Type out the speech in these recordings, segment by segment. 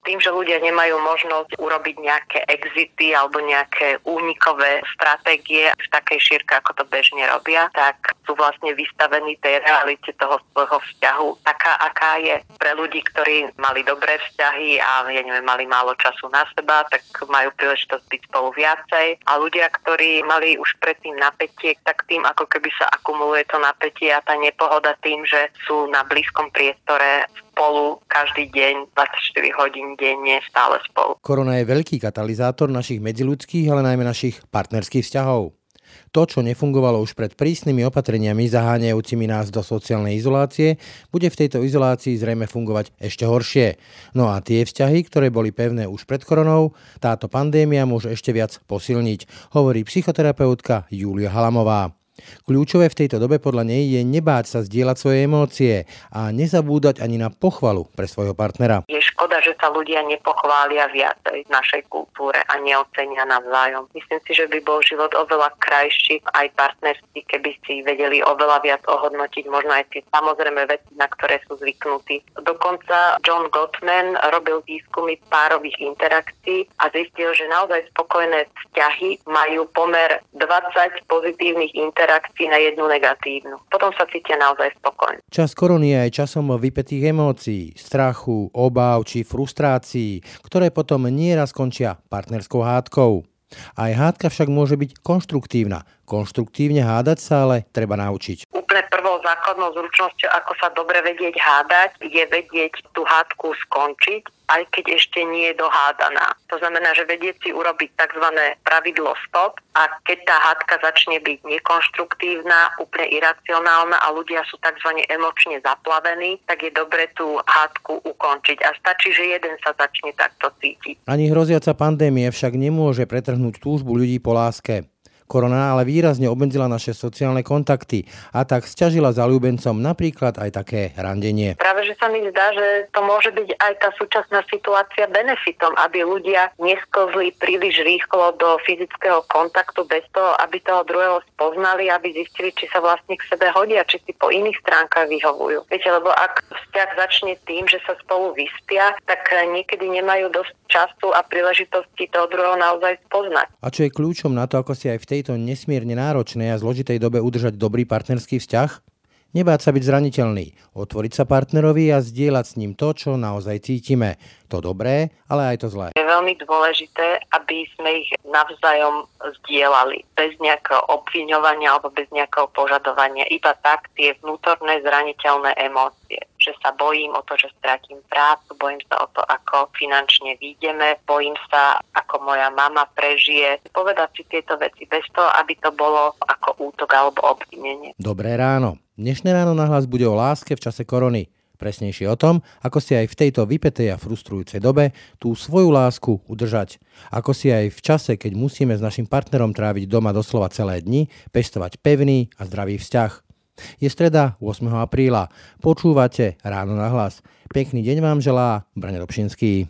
tým, že ľudia nemajú možnosť urobiť nejaké exity alebo nejaké únikové stratégie v takej šírke, ako to bežne robia, tak sú vlastne vystavení tej realite toho svojho vzťahu taká, aká je. Pre ľudí, ktorí mali dobré vzťahy a mali málo času na seba, tak majú príležitosť byť spolu viacej. A ľudia, ktorí mali už predtým napätie, tak tým ako keby sa akumuluje to napätie a tá nepohoda tým, že sú na blízkom priestore spolu každý deň, 24 hodín denne, stále spolu. Korona je veľký katalizátor našich medziľudských, ale najmä našich partnerských vzťahov. To, čo nefungovalo už pred prísnymi opatreniami zaháňajúcimi nás do sociálnej izolácie, bude v tejto izolácii zrejme fungovať ešte horšie. No a tie vzťahy, ktoré boli pevné už pred koronou, táto pandémia môže ešte viac posilniť, hovorí psychoterapeutka Júlia Halamová. Kľúčové v tejto dobe podľa nej je nebáť sa zdieľať svoje emócie a nezabúdať ani na pochvalu pre svojho partnera. Je škoda, že sa ľudia nepochvália viacej v našej kultúre a neocenia navzájom. Myslím si, že by bol život oveľa krajší aj partnerský, keby si vedeli oveľa viac ohodnotiť možno aj tie samozrejme veci, na ktoré sú zvyknutí. Dokonca John Gottman robil výskumy párových interakcií a zistil, že naozaj spokojné vzťahy majú pomer 20 pozitívnych interakcií na jednu negatívnu. Potom sa cítia naozaj spokojne. Čas korony je aj časom vypätých emócií, strachu, obáv či frustrácií, ktoré potom nieraz končia partnerskou hádkou. Aj hádka však môže byť konštruktívna. Konštruktívne hádať sa ale treba naučiť. Úplne prvou základnou zručnosťou, ako sa dobre vedieť hádať, je vedieť tú hádku skončiť, aj keď ešte nie je dohádaná. To znamená, že vedieť si urobiť tzv. Pravidlo stop a keď tá hádka začne byť nekonštruktívna, úplne iracionálna a ľudia sú tzv. Emočne zaplavení, tak je dobre tú hádku ukončiť. A stačí, že jeden sa začne takto cítiť. Ani hroziaca pandémia však nemôže pretrhnúť túžbu ľudí po láske. Korona ale výrazne obmedzila naše sociálne kontakty a tak sťažila záľubencom napríklad aj také randenie. Práve, že sa mi zdá, že to môže byť aj tá súčasná situácia benefitom, aby ľudia nesklzli príliš rýchlo do fyzického kontaktu bez toho, aby toho druhého spoznali, aby zistili, či sa vlastne k sebe hodia, či si po iných stránkach vyhovujú. Viete, lebo ak vzťah začne tým, že sa spolu vyspia, tak niekedy nemajú dosť času a príležitosti toho druhého naozaj spoznať. A čo je kľúčom na to, ako si aj v tejto nesmierne náročnej a zložitej dobe udržať dobrý partnerský vzťah? Nebáť sa byť zraniteľný, otvoriť sa partnerovi a zdieľať s ním to, čo naozaj cítime. To dobré, ale aj to zlé. Je veľmi dôležité, aby sme ich navzájom zdieľali. Bez nejakého obviňovania alebo bez nejakého požadovania. Iba tak tie vnútorné zraniteľné emócie. Že sa bojím o to, že stratím prácu, bojím sa o to, ako finančne výjdeme, bojím sa, ako moja mama prežije. Povedať si tieto veci bez toho, aby to bolo ako útok alebo obvinenie. Dobré ráno. Dnešné Ráno na hlas bude o láske v čase korony. Presnejšie o tom, ako si aj v tejto vypätej a frustrujúcej dobe tú svoju lásku udržať. Ako si aj v čase, keď musíme s našim partnerom tráviť doma doslova celé dni, pestovať pevný a zdravý vzťah. Je streda 8. apríla. Počúvate Ráno na hlas. Pekný deň vám želá Braňo Dobšinský.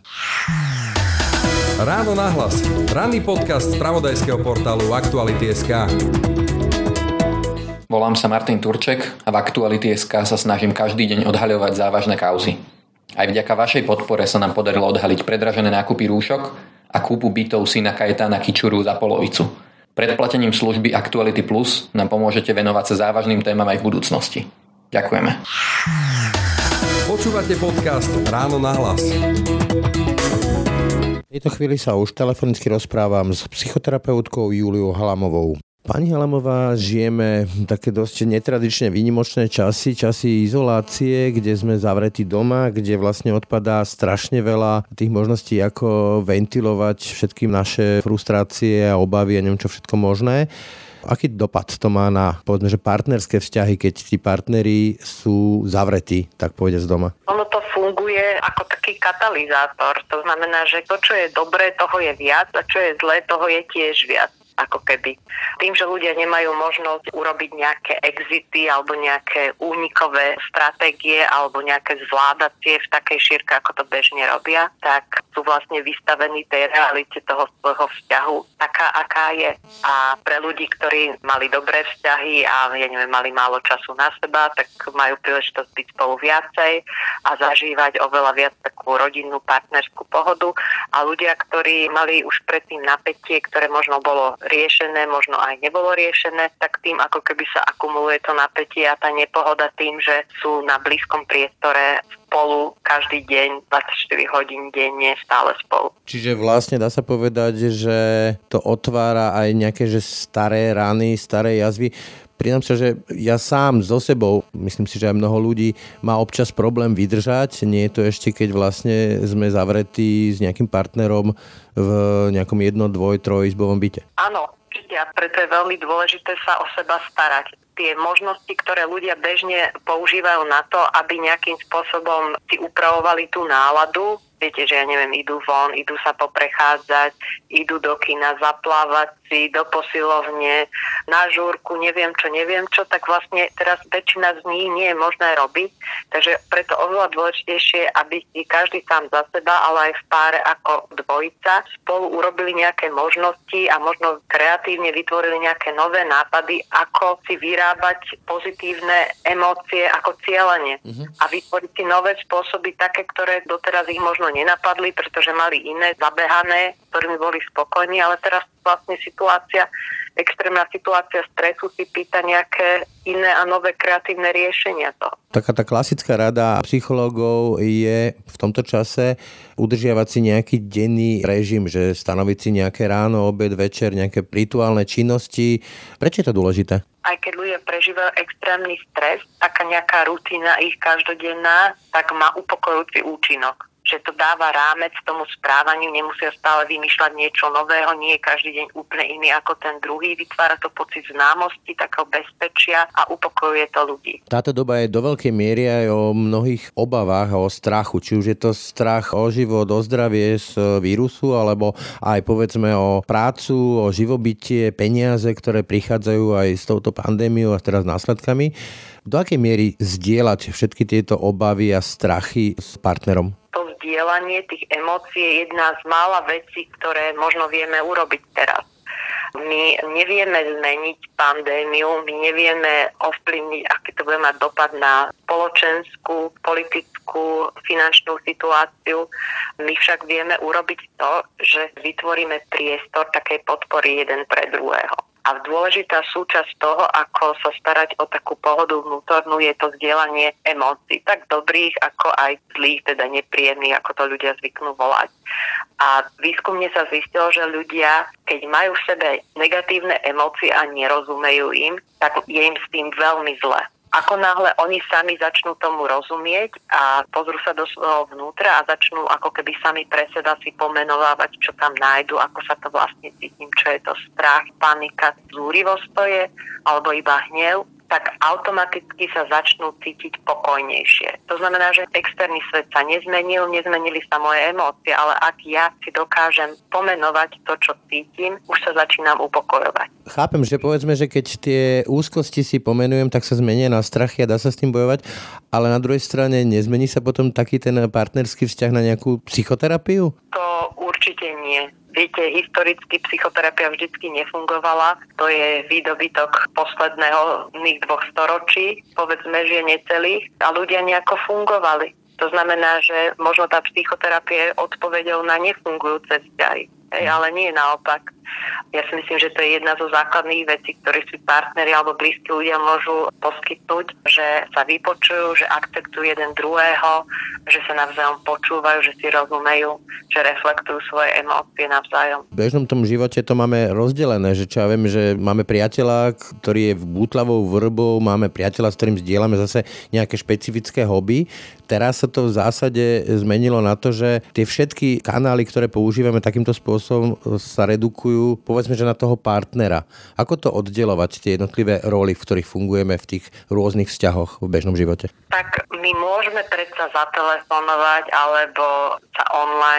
Ráno na hlas. Ranný podcast z spravodajského portálu Aktuality.sk. Volám sa Martin Turček a v Aktuality.sk sa snažím každý deň odhaľovať závažné kauzy. Aj vďaka vašej podpore sa nám podarilo odhaliť predražené nákupy rúšok a kúpu bytov syna Kajetána Kičuru za polovicu. Predplatením služby Aktuality Plus nám pomôžete venovať sa závažným témam aj v budúcnosti. Ďakujeme. Počúvate podcast Ráno na hlas. V tejto chvíli sa už telefonicky rozprávam s psychoterapeutkou Júliou Halamovou. Pani Halamová, žijeme také dosť netradične výnimočné časy izolácie, kde sme zavretí doma, kde vlastne odpadá strašne veľa tých možností, ako ventilovať všetky naše frustrácie a obavy a neviem čo všetko možné. Aký dopad to má na, povedzme, že partnerské vzťahy, keď tí partneri sú zavretí, tak povedať z doma? Ono to funguje ako taký katalizátor. To znamená, že to, čo je dobré, toho je viac a čo je zlé, toho je tiež viac. ako keby. Tým, že ľudia nemajú možnosť urobiť nejaké exity alebo nejaké únikové stratégie alebo nejaké zvládacie v takej šírke, ako to bežne robia, tak sú vlastne vystavení tej realite toho svojho vzťahu taká, aká je. A pre ľudí, ktorí mali dobré vzťahy a mali málo času na seba, tak majú príležitosť byť spolu viacej a zažívať oveľa viac takú rodinnú partnerskú pohodu. A ľudia, ktorí mali už predtým napätie, ktoré možno bolo riešené, možno aj nebolo riešené, tak tým ako keby sa akumuluje to napätie a tá nepohoda tým, že sú na blízkom priestore spolu každý deň, 24 hodín denne, stále spolu. Čiže vlastne dá sa povedať, že to otvára aj nejaké že staré rany, staré jazvy. Priznám sa, že ja sám so sebou, myslím si, že aj mnoho ľudí má občas problém vydržať. Nie je to ešte, keď vlastne sme zavretí s nejakým partnerom v nejakom 1-, 2-, 3-izbovom byte. Áno, a preto je veľmi dôležité sa o seba starať. Tie možnosti, ktoré ľudia bežne používajú na to, aby nejakým spôsobom si upravovali tú náladu, viete, že idú von, idú sa poprechádzať, idú do kina, zaplávať si, do posilovne, na žúrku, neviem čo, tak vlastne teraz väčšina z nich nie je možné robiť. Takže preto oveľa dôležitejšie, aby si každý sám za seba, ale aj v páre ako dvojica spolu urobili nejaké možnosti a možno kreatívne vytvorili nejaké nové nápady, ako si vyrábať pozitívne emócie ako cieľenie. A vytvoriť si nové spôsoby, také, ktoré doteraz ich možno nenapadli, pretože mali iné zabehané, ktorými boli spokojní, ale teraz vlastne extrémna situácia stresu si pýta nejaké iné a nové kreatívne riešenia toho. Taká tá klasická rada psychológov je v tomto čase udržiavať si nejaký denný režim, že stanoviť si nejaké ráno, obed, večer, nejaké rituálne činnosti. Prečo je to dôležité? Aj keď ľudia prežívajú extrémny stres, taká nejaká rutina ich každodenná, tak má upokojujúci účinok. Že to dáva rámec tomu správaniu, nemusia stále vymýšľať niečo nového, nie je každý deň úplne iný ako ten druhý, vytvára to pocit známosti, takého bezpečia a upokojuje to ľudí. Táto doba je do veľkej miery aj o mnohých obavách a o strachu, či už je to strach o život, o zdravie z vírusu, alebo aj povedzme o prácu, o živobytie, peniaze, ktoré prichádzajú aj s touto pandémiou a teraz následkami. Do akej miery zdieľať všetky tieto obavy a strachy s partnerom? To zdieľanie tých emócií je jedna z mála vecí, ktoré možno vieme urobiť teraz. My nevieme zmeniť pandémiu, my nevieme ovplyvniť, aký to bude mať dopad na spoločenskú, politickú, finančnú situáciu. My však vieme urobiť to, že vytvoríme priestor takej podpory jeden pre druhého. A dôležitá súčasť toho, ako sa starať o takú pohodu vnútornú, je to zdieľanie emócií. Tak dobrých, ako aj zlých, teda nepríjemných, ako to ľudia zvyknú volať. A výskumne sa zistilo, že ľudia, keď majú v sebe negatívne emócie a nerozumejú im, tak je im s tým veľmi zle. Ako náhle oni sami začnú tomu rozumieť a pozrú sa do svojho vnútra a začnú ako keby sami pre seba si pomenovávať, čo tam nájdu, ako sa to vlastne cítim, čo je to strach, panika, zúrivosť to je, alebo iba hnev, tak automaticky sa začnú cítiť pokojnejšie. To znamená, že externý svet sa nezmenili sa moje emócie, ale ak ja si dokážem pomenovať to, čo cítim, už sa začínam upokojovať. Chápem, že povedzme, že keď tie úzkosti si pomenujem, tak sa zmenia na strachy a dá sa s tým bojovať, ale na druhej strane nezmení sa potom taký ten partnerský vzťah na nejakú psychoterapiu? To určite nie. Viete, historicky psychoterapia vždycky nefungovala. To je výdobytok posledných 2 storočí, povedzme, že necelých. A ľudia nejako fungovali. To znamená, že možno tá psychoterapia je odpoveďou na nefungujúce vzťahy. Ale nie naopak. Ja si myslím, že to je jedna zo základných vecí, ktoré si partneri alebo blízki ľudia môžu poskytnúť, že sa vypočujú, že akceptujú jeden druhého, že sa navzájom počúvajú, že si rozumejú, že reflektujú svoje emócie navzájom. V bežnom tom živote to máme rozdelené, že čo ja viem, že máme priateľa, ktorý je bútlavou vrbou, máme priateľa, s ktorým zdieľame zase nejaké špecifické hobby. Teraz sa to v zásade zmenilo na to, že tie všetky kanály, ktoré používame takýmto spôsobom, sa redukujú povedzme, že na toho partnera. Ako to oddelovať, tie jednotlivé roly, v ktorých fungujeme v tých rôznych vzťahoch v bežnom živote? Tak my môžeme predsa zatelefonovať alebo sa online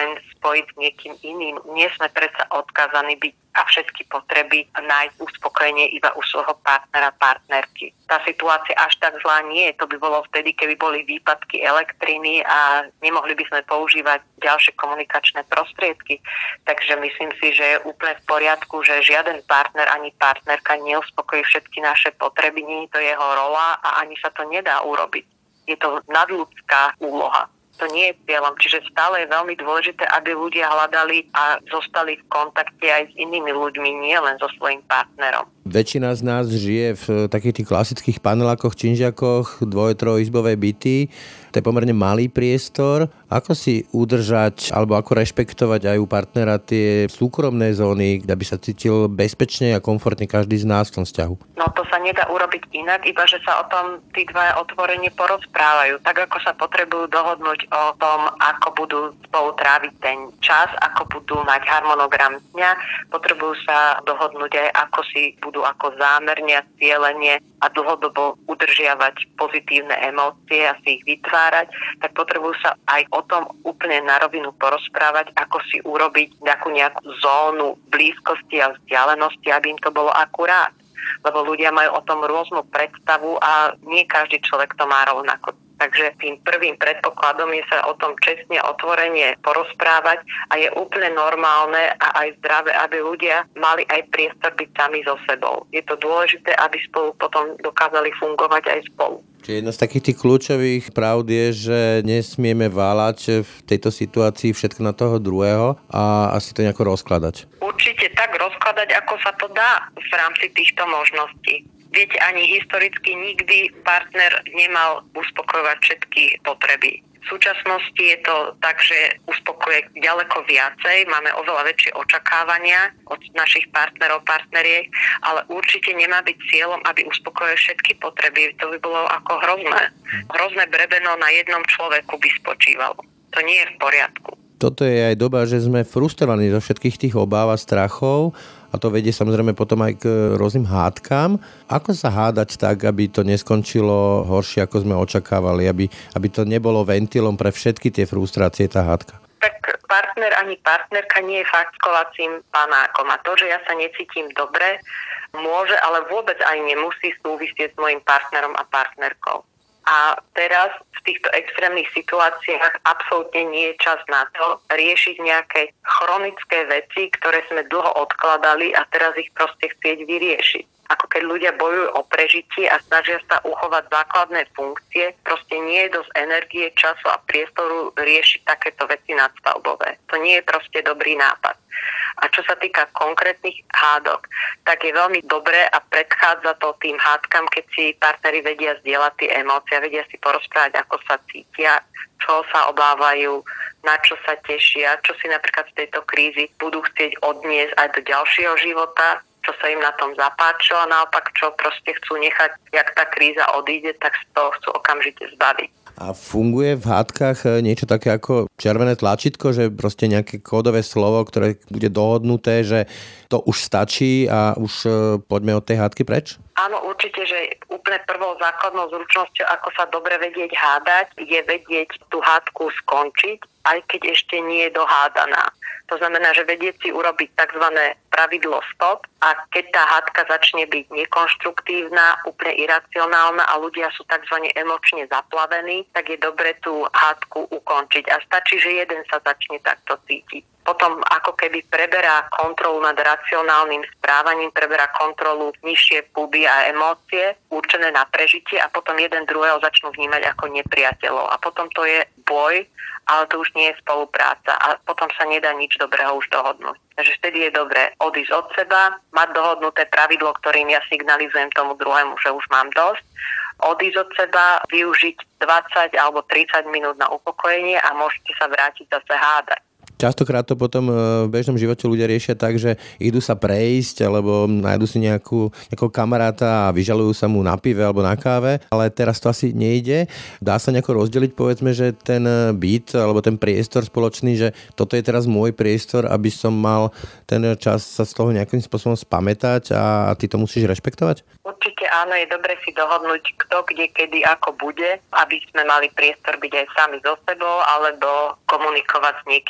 spojiť s niekým iným. Nie sme predsa odkázaní byť a všetky potreby nájsť uspokojenie iba u svojho partnera, partnerky. Tá situácia až tak zlá nie je. To by bolo vtedy, keby boli výpadky elektriny a nemohli by sme používať ďalšie komunikačné prostriedky. Takže myslím si, že je úplne v poriadku, že žiaden partner ani partnerka neuspokojí všetky naše potreby. Nie je to jeho rola a ani sa to nedá urobiť. Je to nadľudská úloha. To nie je cieľom, čiže stále je veľmi dôležité, aby ľudia hľadali a zostali v kontakte aj s inými ľuďmi, nie len so svojím partnerom. Väčšina z nás žije v takých tých klasických panelákoch, činžiakoch, dvoj-trojizbové byty. To je pomerne malý priestor. Ako si udržať alebo ako rešpektovať aj u partnera tie súkromné zóny, aby sa cítil bezpečne a komfortne každý z nás v tom vzťahu? No to sa nedá urobiť inak, iba že sa o tom tí dvaja otvorene porozprávajú. Tak ako sa potrebujú dohodnúť o tom, ako budú spolu tráviť ten čas, ako budú mať harmonogram dňa, potrebujú sa dohodnúť aj ako si budú ako zámerne a cieľenie a dlhodobo udržiavať pozitívne emócie a si ich vytvárať, tak potrebujú sa aj o tom úplne na rovinu porozprávať, ako si urobiť nejakú zónu blízkosti a vzdialenosti, aby im to bolo akurát. Lebo ľudia majú o tom rôznu predstavu a nie každý človek to má rovnako. Takže tým prvým predpokladom je sa o tom čestne, otvorene porozprávať a je úplne normálne a aj zdravé, aby ľudia mali aj priestor byť sami so sebou. Je to dôležité, aby spolu potom dokázali fungovať aj spolu. Čiže jedna z takých tých kľúčových pravd je, že nesmieme váľať v tejto situácii všetko na toho druhého a asi to nejako rozkladať. Určite tak rozkladať, ako sa to dá v rámci týchto možností. Viete, ani historicky nikdy partner nemal uspokojovať všetky potreby. V súčasnosti je to tak, že uspokojuje ďaleko viacej, máme oveľa väčšie očakávania od našich partnerov, partneriek, ale určite nemá byť cieľom, aby uspokojil všetky potreby. To by bolo ako hrozné. Hrozné bremeno na jednom človeku by spočívalo. To nie je v poriadku. Toto je aj doba, že sme frustrovaní zo všetkých tých obáv a strachov a to vedie samozrejme potom aj k rôznym hádkam. Ako sa hádať tak, aby to neskončilo horšie, ako sme očakávali, aby to nebolo ventilom pre všetky tie frustrácie, tá hádka? Tak partner ani partnerka nie je fackovacím panákom a to, že ja sa necítim dobre, môže, ale vôbec aj nemusí súvisieť s mojim partnerom a partnerkou. A teraz v týchto extrémnych situáciách absolútne nie je čas na to riešiť nejaké chronické veci, ktoré sme dlho odkladali a teraz ich proste chcieť vyriešiť. Ako keď ľudia bojujú o prežitie a snažia sa uchovať základné funkcie, proste nie je dosť energie, času a priestoru riešiť takéto veci nadstavbové. To nie je proste dobrý nápad. A čo sa týka konkrétnych hádok, tak je veľmi dobré a predchádza to tým hádkam, keď si partneri vedia zdieľať tie emócie, vedia si porozprávať, ako sa cítia, čo sa obávajú, na čo sa tešia, čo si napríklad z tejto krízy budú chcieť odniesť aj do ďalšieho života, čo sa im na tom zapáčilo a naopak, čo proste chcú nechať, jak tá kríza odíde, tak z toho chcú okamžite zbaviť. A funguje v hádkach niečo také ako červené tlačítko, že proste nejaké kódové slovo, ktoré bude dohodnuté, že to už stačí a už poďme od tej hádky preč? Áno, určite, že úplne prvou základnou zručnosťou, ako sa dobre vedieť hádať, je vedieť tú hádku skončiť, aj keď ešte nie je dohádaná. To znamená, že vedieť si urobiť tzv. Pravidlo stop a keď tá hádka začne byť nekonštruktívna, úplne iracionálna a ľudia sú tzv. Emočne zaplavení, tak je dobre tú hádku ukončiť. A stačí, že jeden sa začne takto cítiť. Potom ako keby preberá kontrolu nad racionálnym správaním, preberá kontrolu nižšie puby a emócie určené na prežitie a potom jeden druhého začnú vnímať ako nepriateľov. A potom to je boj, ale to už nie je spolupráca a potom sa nedá nič dobrého už dohodnúť. Takže vtedy je dobré odísť od seba, mať dohodnuté pravidlo, ktorým ja signalizujem tomu druhému, že už mám dosť, odísť od seba, využiť 20 alebo 30 minút na upokojenie a môžete sa vrátiť zase hádať. Častokrát to potom v bežnom živote ľudia riešia tak, že idú sa prejsť alebo nájdu si nejakého kamaráta a vyžalujú sa mu na pive alebo na káve, ale teraz to asi nejde. Dá sa nejako rozdeliť, povedzme, že ten byt alebo ten priestor spoločný, že toto je teraz môj priestor, aby som mal ten čas sa z toho nejakým spôsobom spamätať a ty to musíš rešpektovať? Určite áno, je dobre si dohodnúť, kto, kde, kedy, ako bude, aby sme mali priestor byť aj sami so sebou alebo komunikovať s niekým iným.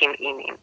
iným.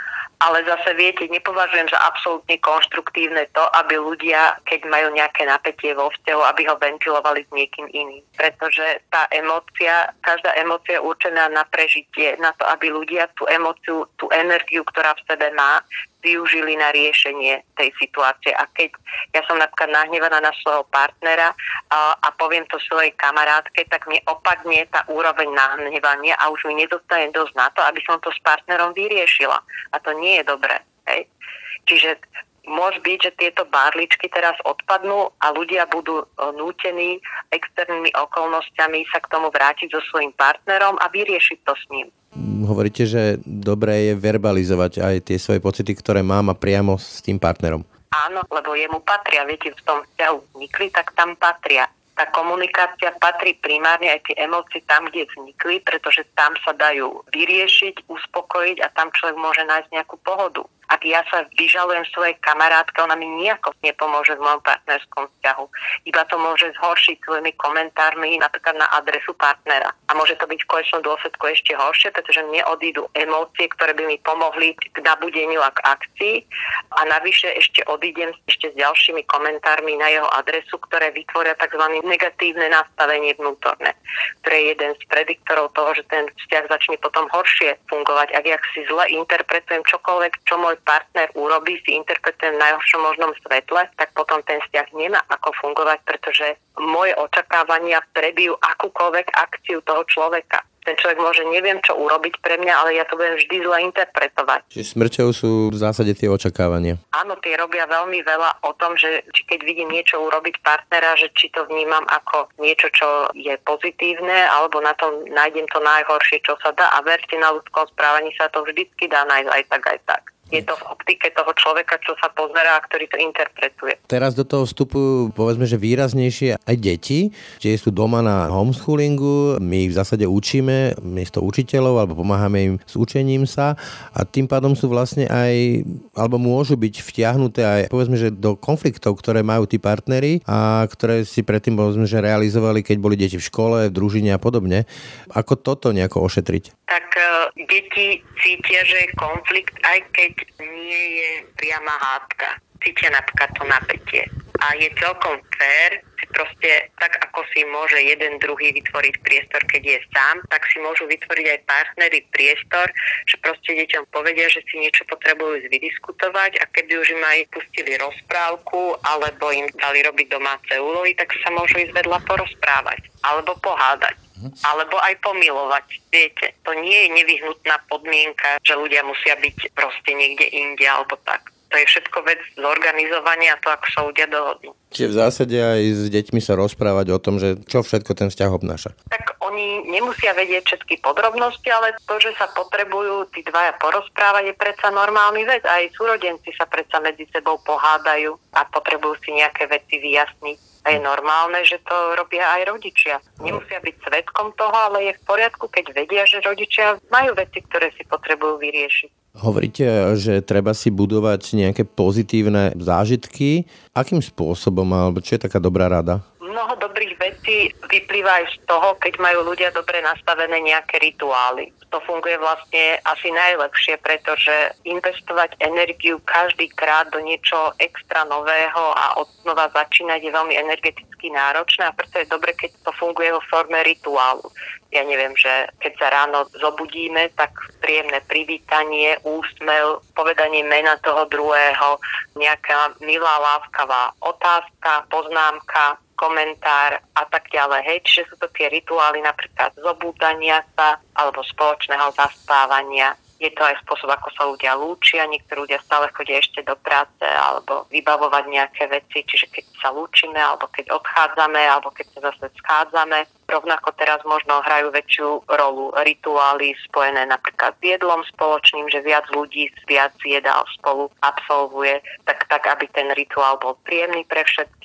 Ale zase viete, nepovažujem za absolútne konštruktívne to, aby ľudia, keď majú nejaké napätie vo vzťahu, aby ho ventilovali s niekým iným. Pretože tá emócia, každá emócia je určená na prežitie, na to, aby ľudia tú emóciu, tú energiu, ktorá v sebe má, využili na riešenie tej situácie. A keď ja som napríklad nahnevaná na svojho partnera a poviem to svojej kamarátke, tak mi opadne tá úroveň nahnevania a už mi nedostane dosť na to, aby som to s partnerom vyriešila. A to nie je dobré. Hej? Čiže môže byť, že tieto barličky teraz odpadnú a ľudia budú nútení externými okolnostiami sa k tomu vrátiť so svojím partnerom a vyriešiť to s ním. Hovoríte, že dobré je verbalizovať aj tie svoje pocity, ktoré mám a priamo s tým partnerom. Áno, lebo jemu patria, viete, v tom vzťahu vznikli, tak tam patria. Tá komunikácia patrí primárne aj tie emócie tam, kde vznikli, pretože tam sa dajú vyriešiť, uspokojiť a tam človek môže nájsť nejakú pohodu. Ak ja sa vyžalujem svojej kamarátke, ona mi nejako nepomôže v mojom partnerskom vzťahu. Iba to môže zhoršiť svojimi komentármi napríklad na adresu partnera. A môže to byť v konečnom dôsledku ešte horšie, pretože mne odídu emócie, ktoré by mi pomohli k nabudeniu a k akcii. A navyše ešte odídem ešte s ďalšími komentármi na jeho adresu, ktoré vytvoria tzv. Negatívne nastavenie vnútorné, ktoré je jeden z prediktorov toho, že ten vzťah začne potom horšie fungovať. Ak ja si zle interpretujem čokoľvek, čo môj partner urobí, si interpretujem v najhoršom možnom svetle, tak potom ten vzťah nemá ako fungovať, pretože moje očakávania prebijú akúkoľvek akciu toho človeka. Ten človek môže neviem čo urobiť pre mňa, ale ja to budem vždy zle interpretovať. Čiže smrťou sú v zásade tie očakávania. Áno, tie robia veľmi veľa o tom, že či keď vidím niečo urobiť partnera, že či to vnímam ako niečo, čo je pozitívne, alebo na tom nájdem to najhoršie, čo sa dá. A verte, na ľudskom správaní sa to vždycky dá nájsť aj tak, aj tak. Je to v optike toho človeka, čo sa pozerá a ktorý to interpretuje. Teraz do toho vstupujú, povedzme, že výraznejšie aj deti, tie sú doma na homeschoolingu, my ich v zásade učíme miesto učiteľov alebo pomáhame im s učením sa a tým pádom sú vlastne aj, alebo môžu byť vtiahnuté aj, povedzme, že do konfliktov, ktoré majú tí partneri a ktoré si predtým, povedzme, že realizovali, keď boli deti v škole, v družine a podobne. Ako toto nejako ošetriť? Tak deti cítia, že je konflikt, aj keď nie je priama hádka. Cítia napríklad to napätie. A je celkom fér si proste, tak ako si môže jeden druhý vytvoriť priestor, keď je sám, tak si môžu vytvoriť aj partneri priestor, že proste deťom povedia, že si niečo potrebujú vydiskutovať a keby už im aj pustili rozprávku alebo im dali robiť domáce úlohy, tak sa môžu ísť vedľa porozprávať alebo pohádať. Alebo aj pomilovať. Viete, to nie je nevyhnutná podmienka, že ľudia musia byť proste niekde inde alebo tak. To je všetko vec zorganizovania, to ako sa ľudia dohodnú. Čiže v zásade aj s deťmi sa rozprávať o tom, že čo všetko ten vzťah obnáša. Tak oni nemusia vedieť všetky podrobnosti, ale to, že sa potrebujú tí dvaja porozprávať, je predsa normálny vec. Aj súrodenci sa predsa medzi sebou pohádajú a potrebujú si nejaké veci vyjasniť. A je normálne, že to robia aj rodičia. Nemusia byť svedkom toho, ale je v poriadku, keď vedia, že rodičia majú veci, ktoré si potrebujú vyriešiť. Hovoríte, že treba si budovať nejaké pozitívne zážitky. Akým spôsobom, alebo čo je taká dobrá rada? Mnoho dobrých vecí vyplýva aj z toho, keď majú ľudia dobre nastavené nejaké rituály. To funguje vlastne asi najlepšie, pretože investovať energiu každý krát do niečo extra nového a odnova začínať je veľmi energeticky náročné a preto je dobre, keď to funguje vo forme rituálu. Ja neviem, že keď sa ráno zobudíme, tak príjemné privítanie, úsmev, povedanie mena toho druhého, nejaká milá, láskavá otázka, poznámka, komentár a tak ďalej. Hej, čiže sú to tie rituály napríklad zobúdania sa alebo spoločného zaspávania. Je to aj spôsob, ako sa ľudia lúčia. Niektorí ľudia stále chodia ešte do práce alebo vybavovať nejaké veci. Čiže keď sa lúčime, alebo keď odchádzame, alebo keď sa zase schádzame. Rovnako teraz možno hrajú väčšiu rolu rituály spojené napríklad s jedlom spoločným, že viac ľudí viac jedál spolu absolvuje, tak aby ten rituál bol príjemný pre všetkých.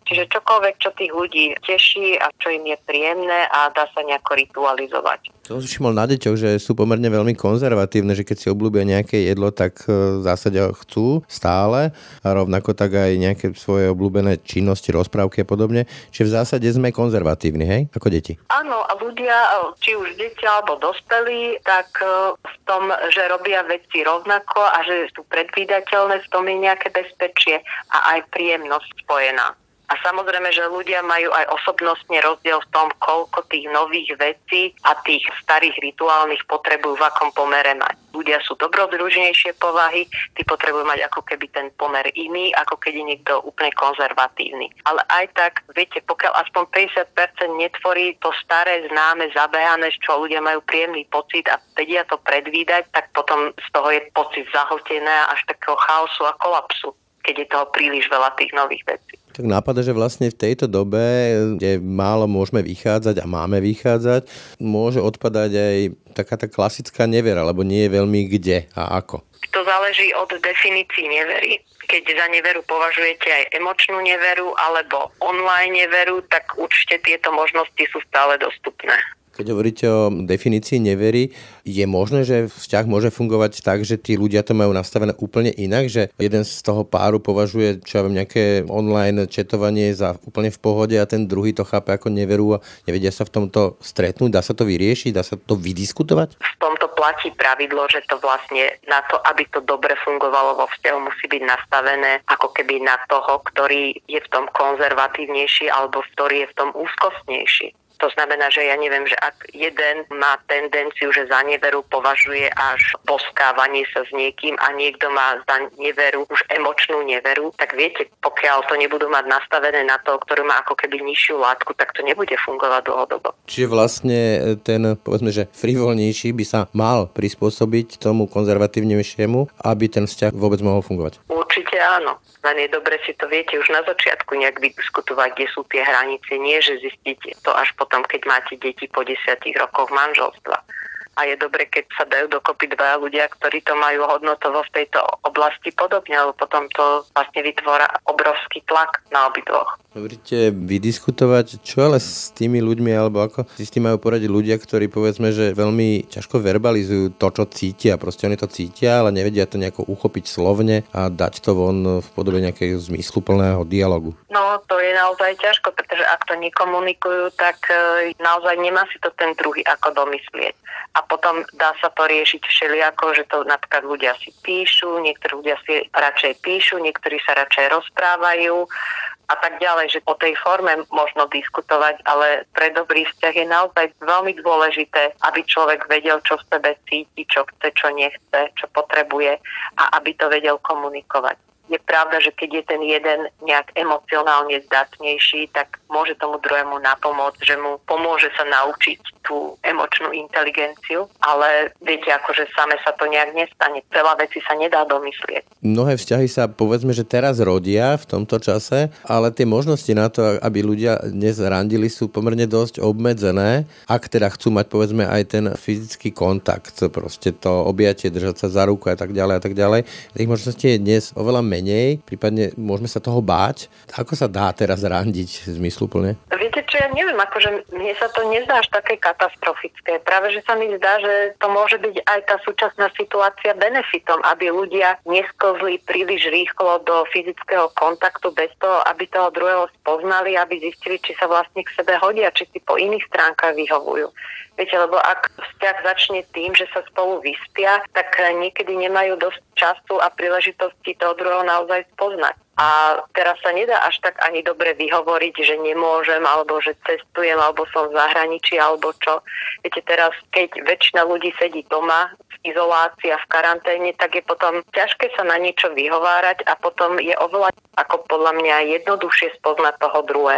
Čiže čokoľvek, čo tých ľudí teší a čo im je príjemné a dá sa nejako ritualizovať. To som všimol na deťoch, že sú pomerne veľmi konzervatívne, že keď si obľúbia nejaké jedlo, tak v zásade ho chcú stále a rovnako tak aj nejaké svoje obľúbené činnosti, rozprávky a podobne. Čiže v zásade sme konzervatívni, hej? Ako deti. Áno, a ľudia, či už deti alebo dospelí, tak v tom, že robia veci rovnako a že sú predvídateľné, v tom je nejaké bezpečie a aj príjemnosť spojená. A samozrejme, že ľudia majú aj osobnostne rozdiel v tom, koľko tých nových vecí a tých starých rituálnych potrebujú v akom pomere mať. Ľudia sú dobrodružnejšie povahy, tí potrebujú mať ako keby ten pomer iný, ako keď je niekto úplne konzervatívny. Ale aj tak, viete, pokiaľ aspoň 50% netvorí to staré, známe, zabehané, z čo ľudia majú príjemný pocit a vedia to predvídať, tak potom z toho je pocit zahltené až takého chaosu a kolapsu, keď je toho príliš veľa tých nových vecí. Tak nápada, že vlastne v tejto dobe, kde málo môžeme vychádzať a máme vychádzať, môže odpadať aj taká tá klasická nevera, lebo nie je veľmi kde a ako. To záleží od definícií nevery. Keď za neveru považujete aj emočnú neveru alebo online neveru, tak určite tieto možnosti sú stále dostupné. Keď hovoríte o definícii nevery, je možné, že vzťah môže fungovať tak, že tí ľudia to majú nastavené úplne inak, že jeden z toho páru považuje, čo ja viem, nejaké online chatovanie za úplne v pohode a ten druhý to chápe ako neveru a nevedia sa v tomto stretnúť, dá sa to vyriešiť, dá sa to vydiskutovať? V tomto platí pravidlo, že to vlastne na to, aby to dobre fungovalo vo vzťahu, musí byť nastavené ako keby na toho, ktorý je v tom konzervatívnejší alebo ktorý je v tom úzkostnejší. To znamená, že ja neviem, že ak jeden má tendenciu, že za neveru považuje až poskávanie sa s niekým a niekto má za neveru už emočnú neveru, tak viete, pokiaľ to nebudú mať nastavené na to, ktorý má ako keby nižšiu látku, tak to nebude fungovať dlhodobo. Čiže vlastne ten, povedzme, že frivolnejší by sa mal prispôsobiť tomu konzervatívnejšiemu, aby ten vzťah vôbec mohol fungovať. Určite áno. Len je dobre si to, viete, už na začiatku nejak vydiskutovať, kde sú tie hranice. Nie, že zistíte to až potom, keď máte deti po 10 rokoch manželstva. A je dobre, keď sa dajú dokopy dvaja ľudia, ktorí to majú hodnotovo v tejto oblasti podobne, lebo potom to vlastne vytvára obrovský tlak na obidvoch. Hovoríte vydiskutovať, čo ale s tými ľuďmi, alebo ako si s tým majú poradiť ľudia, ktorí povedzme, že veľmi ťažko verbalizujú to, čo cítia. Proste oni to cítia, ale nevedia to nejako uchopiť slovne a dať to von v podobe nejakého zmysluplného dialogu. No, to je naozaj ťažko, pretože ak to nekomunikujú, tak naozaj nemá si to ten druhý ako domyslieť. A potom dá sa to riešiť všelijako, že to napríklad ľudia si píšu, niektorí ľudia si radšej píšu, niektorí sa radšej rozprávajú a tak ďalej, že o tej forme možno diskutovať, ale pre dobrý vzťah je naozaj veľmi dôležité, aby človek vedel, čo v sebe cíti, čo chce, čo nechce, čo potrebuje a aby to vedel komunikovať. Je pravda, že keď je ten jeden nejak emocionálne zdatnejší, tak môže tomu druhému napomôcť, že mu pomôže sa naučiť tú emočnú inteligenciu, ale viete, akože same sa to nejak nestane. Veľa vecí sa nedá domyslieť. Mnohé vzťahy sa povedzme, že teraz rodia v tomto čase, ale tie možnosti na to, aby ľudia dnes randili, sú pomerne dosť obmedzené, ak teda chcú mať povedzme aj ten fyzický kontakt, proste to objatie, držať sa za ruku a tak ďalej a tak ďalej. Tých možností je dnes oveľa menej, prípadne môžeme sa toho báť. Ako sa dá teraz randiť zmysluplne? Viete čo, ja neviem, akože mne sa to nezdá až také katastrofické. Práve, že sa mi zdá, že to môže byť aj tá súčasná situácia benefitom, aby ľudia nesklzli príliš rýchlo do fyzického kontaktu bez toho, aby toho druhého spoznali, aby zistili, či sa vlastne k sebe hodia, či si po iných stránkach vyhovujú. Viete, lebo ak vzťah začne tým, že sa spolu vyspia, tak niekedy nemajú dosť času a príležitosti toho druhého naozaj spoznať. A teraz sa nedá až tak ani dobre vyhovoriť, že nemôžem, alebo že cestujem, alebo som v zahraničí, alebo čo. Viete, teraz, keď väčšina ľudí sedí doma, v izolácii a v karanténe, tak je potom ťažké sa na niečo vyhovárať a potom je oveľa ako podľa mňa jednoduchšie spoznať toho druhého.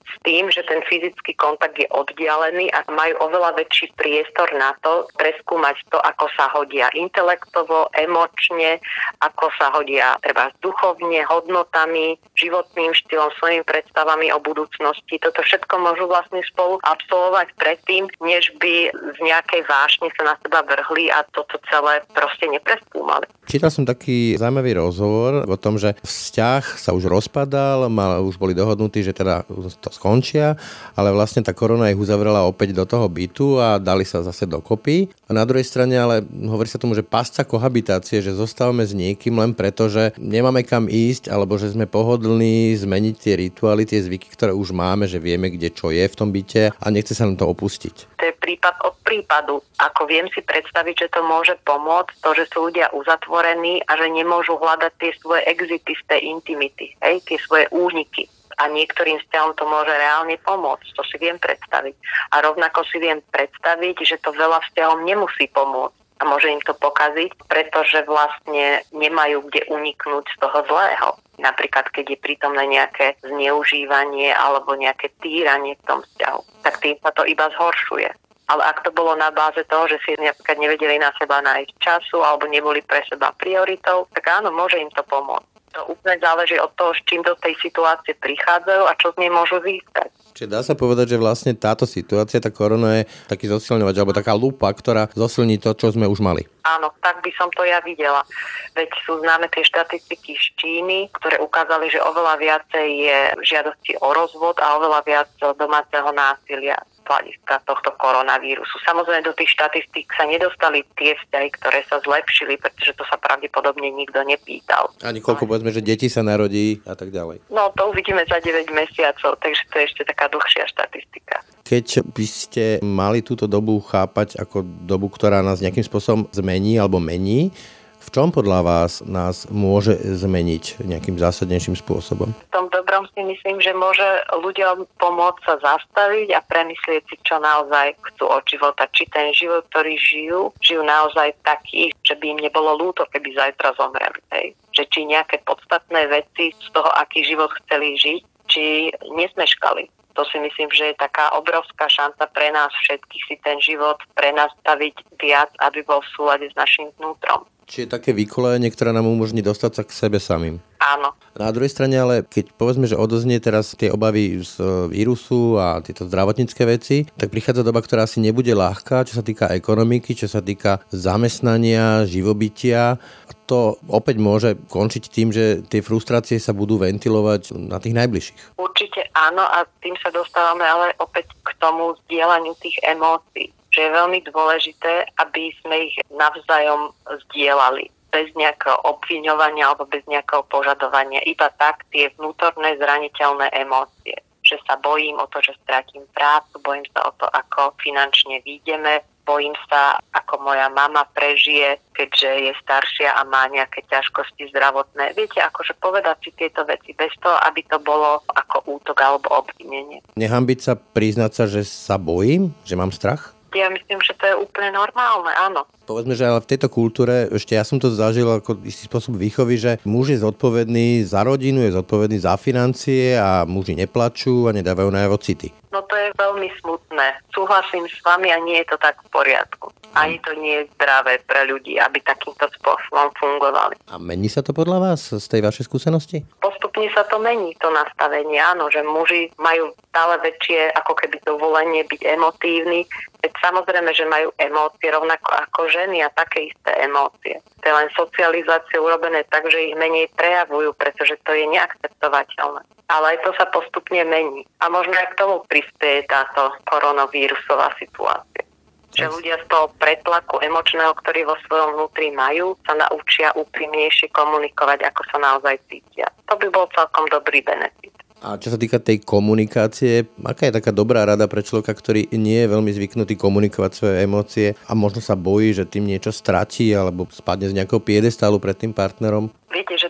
s tým, že ten fyzický kontakt je oddialený a majú oveľa väčší priestor na to preskúmať to, ako sa hodia intelektovo, emočne, ako sa hodia treba duchovne, hodnotami, životným štýlom, svojimi predstavami o budúcnosti. Toto všetko môžu vlastne spolu absolvovať predtým, než by z nejakej vášne sa na seba vrhli a toto celé proste nepreskúmali. Čítal som taký zaujímavý rozhovor o tom, že vzťah sa už rozpadal, už boli dohodnutí, že teda to skončia, ale vlastne tá korona ich uzavrela opäť do toho bytu a dali sa zase dokopy. A na druhej strane ale hovorí sa tomu, že pasca kohabitácie, že zostávame s niekým len preto, že nemáme kam ísť, alebo že sme pohodlní zmeniť tie rituály, tie zvyky, ktoré už máme, že vieme, kde čo je v tom byte a nechce sa nám to opustiť. To je prípad od prípadu. Ako viem si predstaviť, že to môže pomôcť, to, že sú ľudia uzatvorení a že nemôžu hľadať tie svoje exity z tej intimity, tie svoje úniky. A niektorým vzťahom to môže reálne pomôcť. To si viem predstaviť. A rovnako si viem predstaviť, že to veľa vzťahom nemusí pomôcť. A môže im to pokaziť, pretože vlastne nemajú kde uniknúť z toho zlého. Napríklad, keď je prítomné nejaké zneužívanie alebo nejaké týranie v tom vzťahu, tak tým sa to iba zhoršuje. Ale ak to bolo na báze toho, že si napríklad nevedeli na seba nájsť času alebo neboli pre seba prioritou, tak áno, môže im to pomôcť. To úplne záleží od toho, s čím do tej situácie prichádzajú a čo z nej môžu získať. Čiže dá sa povedať, že vlastne táto situácia, tá korona je taký zosilňovač, alebo taká lupa, ktorá zosilní to, čo sme už mali. Áno, tak by som to ja videla. Veď sú známe tie štatistiky z Číny, ktoré ukázali, že oveľa viacej je žiadosti o rozvod a oveľa viac domáceho násilia z hľadiska tohto koronavírusu. Samozrejme, do tých štatistík sa nedostali tie vzťahy, ktoré sa zlepšili, pretože to sa pravdepodobne nikto nepýtal. Ani koľko povedzme, že deti sa narodí a tak ďalej. No, to uvidíme za 9 mesiacov, takže to je ešte taká dlhšia štatistika. Keď by ste mali túto dobu chápať ako dobu, ktorá nás nejakým spôsobom zmení alebo mení, v čom podľa vás nás môže zmeniť nejakým zásadnejším spôsobom? V tom dobrom si myslím, že môže ľuďom pomôcť sa zastaviť a premyslieť si, čo naozaj chcú od života. Či ten život, ktorý žijú naozaj taký, že by im nebolo ľúto, keby zajtra zomreli. Že či nejaké podstatné veci z toho, aký život chceli žiť, či nesmeškali. To si myslím, že je taká obrovská šanca pre nás všetkých si ten život prenastaviť viac, aby bol v súlade s našim vnútrom. Čiže také vykolenie, ktoré nám umožní dostať sa k sebe samým. Áno. Na druhej strane ale, keď povedzme, že odoznie teraz tie obavy z vírusu a tieto zdravotnícke veci, tak prichádza doba, ktorá asi nebude ľahká, čo sa týka ekonomiky, čo sa týka zamestnania, živobytia. A to opäť môže končiť tým, že tie frustrácie sa budú ventilovať na tých najbližších. Určite áno a tým sa dostávame ale opäť k tomu zdieľaniu tých emócií. Že je veľmi dôležité, aby sme ich navzájom zdieľali. Bez nejakého obviňovania alebo bez nejakého požadovania. Iba tak tie vnútorné zraniteľné emócie. Že sa bojím o to, že stratím prácu, bojím sa o to, ako finančne výjdeme, bojím sa, ako moja mama prežije, keďže je staršia a má nejaké ťažkosti zdravotné. Viete, akože povedať si tieto veci bez toho, aby to bolo ako útok alebo obvinenie. Nehanbiť sa, priznať sa, že sa bojím, že mám strach? Ja myslím, že to je úplne normálne, áno. Povedzme, že ale v tejto kultúre, ešte ja som to zažil ako istý spôsob výchovy, že muž je zodpovedný za rodinu, je zodpovedný za financie a muži neplačú a nedávajú najavo city. No to je veľmi smutné. Súhlasím s vami a nie je to tak v poriadku. Ani to nie je zdravé pre ľudí, aby takýmto spôsobom fungovali. A mení sa to podľa vás z tej vašej skúsenosti? Postupne sa to mení, to nastavenie. Áno, že muži majú stále väčšie ako keby dovolenie byť emotívni. Veď samozrejme, že majú emócie rovnako ako ženy a také isté emócie. To je len socializácia urobené tak, že ich menej prejavujú, pretože to je neakceptovateľné. Ale aj to sa postupne mení. A možno aj k tomu prispieje táto koronavírusová situácia. Že ľudia z toho pretlaku emočného, ktorý vo svojom vnútri majú, sa naučia úprimnejšie komunikovať, ako sa naozaj cítia. To by bol celkom dobrý benefit. A čo sa týka tej komunikácie, aká je taká dobrá rada pre človeka, ktorý nie je veľmi zvyknutý komunikovať svoje emócie a možno sa bojí, že tým niečo stratí alebo spadne z nejakého piedestálu pred tým partnerom? Viete, že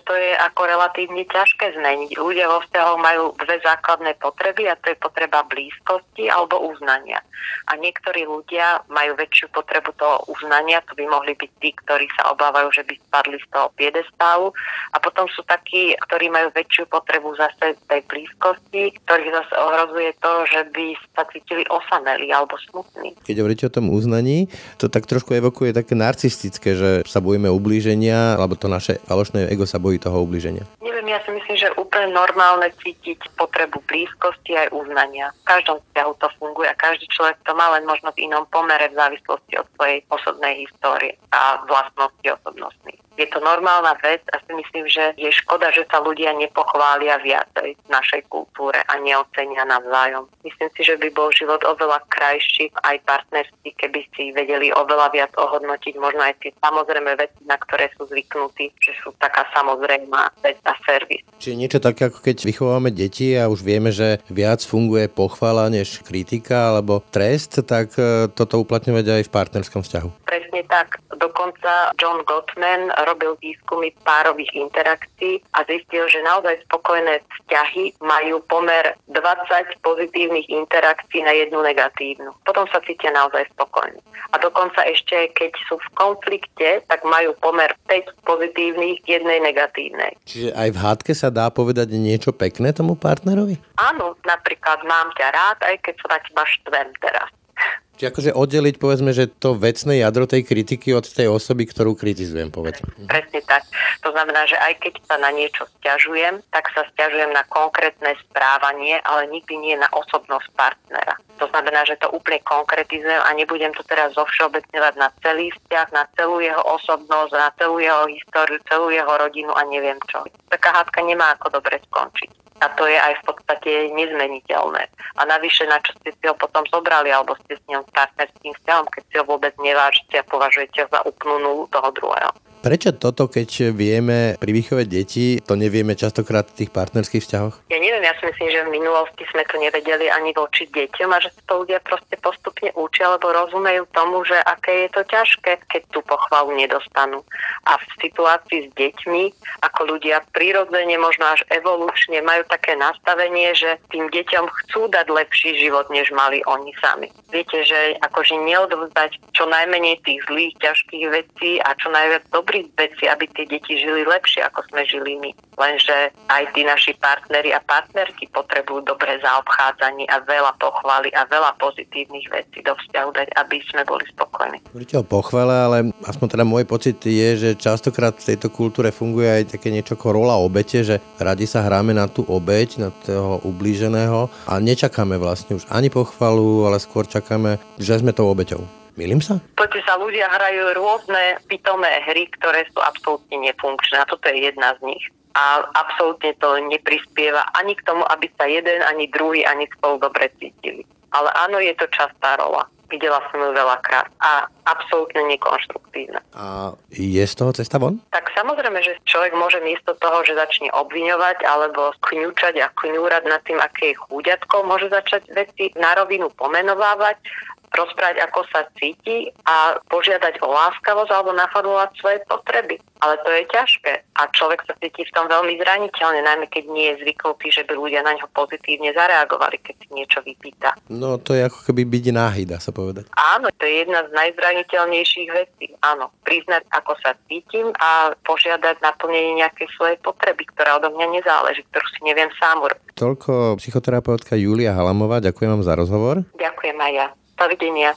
to je ako relatívne ťažké zmeniť. Ľudia vo vzťahoch majú dve základné potreby a to je potreba blízkosti alebo uznania. A niektorí ľudia majú väčšiu potrebu toho uznania, to by mohli byť tí, ktorí sa obávajú, že by spadli z toho piedestálu. A potom sú takí, ktorí majú väčšiu potrebu zase tej blízkosti, ktorých zase ohrozuje to, že by sa cítili osamelí alebo smutní. Keď hovoríte o tom uznaní, to tak trošku evokuje také narcistické, že sa bojíme ublíženia, alebo to naše falošné ego sa bojí toho ublíženia. Neviem, ja si myslím, že je úplne normálne cítiť potrebu blízkosti aj uznania. V každom vzťahu to funguje a každý človek to má len možno v inom pomere v závislosti od svojej osobnej histórie a vlastnosti osobnostných. Je to normálna vec a si myslím, že je škoda, že sa ľudia nepochvália viacej v našej kultúre a neocenia navzájom. Myslím si, že by bol život oveľa krajší aj partnerský, keby si vedeli oveľa viac ohodnotiť možno aj tie samozrejme veci, na ktoré sú zvyknutí, že sú taká samozrejmá vec a servis. Čiže niečo také, ako keď vychovávame deti a už vieme, že viac funguje pochvala než kritika alebo trest, tak toto uplatňovať aj v partnerskom vzťahu. Presne tak. Dokonca John Gottman robil výskumy párových interakcií a zistil, že naozaj spokojné vzťahy majú pomer 20 pozitívnych interakcií na jednu negatívnu. Potom sa cítia naozaj spokojní. A dokonca ešte, keď sú v konflikte, tak majú pomer 5 pozitívnych k jednej negatívnej. Čiže aj v hádke sa dá povedať niečo pekné tomu partnerovi? Áno, napríklad mám ťa rád, aj keď sa na teba štvem teraz. Čiže akože oddeliť, povedzme, že to vecné jadro tej kritiky od tej osoby, ktorú kritizujem, povedzme. Presne tak. To znamená, že aj keď sa na niečo sťažujem, tak sa sťažujem na konkrétne správanie, ale nikdy nie na osobnosť partnera. To znamená, že to úplne konkretizujem a nebudem to teraz zovšeobecňovať na celý vzťah, na celú jeho osobnosť, na celú jeho históriu, celú jeho rodinu a neviem čo. Taká hádka nemá ako dobre skončiť. A to je aj v podstate nezmeniteľné. A navyše, na čo ste si ho potom zobrali, alebo ste s ním partnerským vzťahom, keď si ho vôbec nevážite a považujete za úplnú nulu toho druhého. Prečo toto, keď vieme pri výchove detí, to nevieme častokrát v tých partnerských vzťahoch? Ja neviem, ja si myslím, že v minulosti sme to nevedeli ani voči deťom a že sa to ľudia proste postupne učia, lebo rozumejú tomu, že aké je to ťažké, keď tú pochvalu nedostanú. A v situácii s deťmi, ako ľudia prirodzene, možno až evolučne majú také nastavenie, že tým deťom chcú dať lepší život, než mali oni sami. Viete, že akože neodvzdať čo najmenej tých zlých, ťažkých vecí a čo najviac dobrých veci, aby tie deti žili lepšie, ako sme žili my. Lenže aj tí naši partneri a partnerky potrebujú dobré zaobchádzanie a veľa pochvály a veľa pozitívnych vecí do vzťahu dať, aby sme boli spokojní. Hovoríte o pochvale, ale aspoň teda môj pocit je, že častokrát v tejto kultúre funguje aj také niečo ako rola obete, že radi sa hráme na tú obeť, na toho ublíženého a nečakáme vlastne už ani pochvalu, ale skôr čakáme, že sme tou obeťou. Mýlim sa? Poďte sa, ľudia hrajú rôzne pitomé hry, ktoré sú absolútne nefunkčné. A toto je jedna z nich. A absolútne to neprispieva ani k tomu, aby sa jeden, ani druhý, ani spolu dobre cítili. Ale áno, je to častá rola. Videla som ju veľakrát a absolútne nekonštruktívna. A je z toho cesta von? Tak samozrejme, že človek môže miesto toho, že začne obviňovať alebo kňučať a kňúrať nad tým, aké je chúďatko, môže začať veci na rovinu pomenovávať, rozprávať, ako sa cíti a požiadať o láskavosť alebo naformulovať svoje potreby. Ale to je ťažké a človek sa cíti v tom veľmi zraniteľne, najmä keď nie je zvyknutý, že by ľudia na ňo pozitívne zareagovali, keď si niečo vypýta. No to je ako keby byť náhy, dá sa povedať. Áno, to je jedna z najzraniteľnejších vecí. Áno, priznať, ako sa cítim a požiadať naplnenie nejakej svojej potreby, ktorá odo mňa nezáleží, ktorú si neviem sám urobiť. Toľko psychoterapeutka Julia Halamová, ďakujem vám za rozhovor. Ďakujem aj ja. Dovidenia.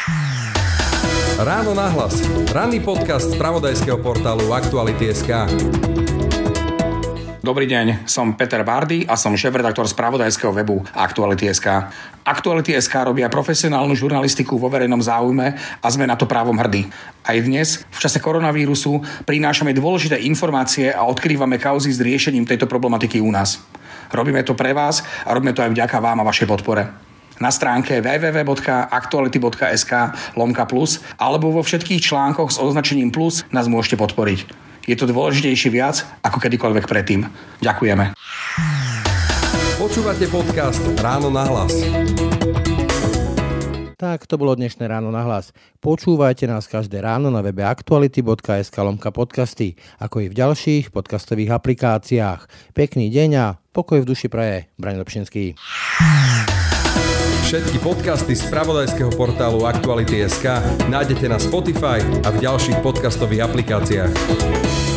Ráno nahlas. Ranný podcast z spravodajského portálu Aktuality.sk. Dobrý deň, som Peter Bardy a som šéfredaktor spravodajského webu Aktuality.sk. Aktuality.sk robia profesionálnu žurnalistiku vo verejnom záujme a sme na to právom hrdí. Aj dnes, v čase koronavírusu, prinášame dôležité informácie a odkrývame kauzy s riešením tejto problematiky u nás. Robíme to pre vás a robíme to aj vďaka vám a vašej podpore. Na stránke www.aktuality.sk/plus alebo vo všetkých článkoch s označením plus nás môžete podporiť. Je to dôležitejšie viac ako kedykoľvek predtým. Ďakujeme. Počúvate podcast Ráno nahlas. Tak to bolo dnešné Ráno na hlas. Počúvajte nás každé ráno na webe aktuality.sk/podcasty, ako i v ďalších podcastových aplikáciách. Pekný deň a pokoj v duši praje. Braňo Dobšinský. Všetky podcasty z spravodajského portálu Aktuality.sk nájdete na Spotify a v ďalších podcastových aplikáciách.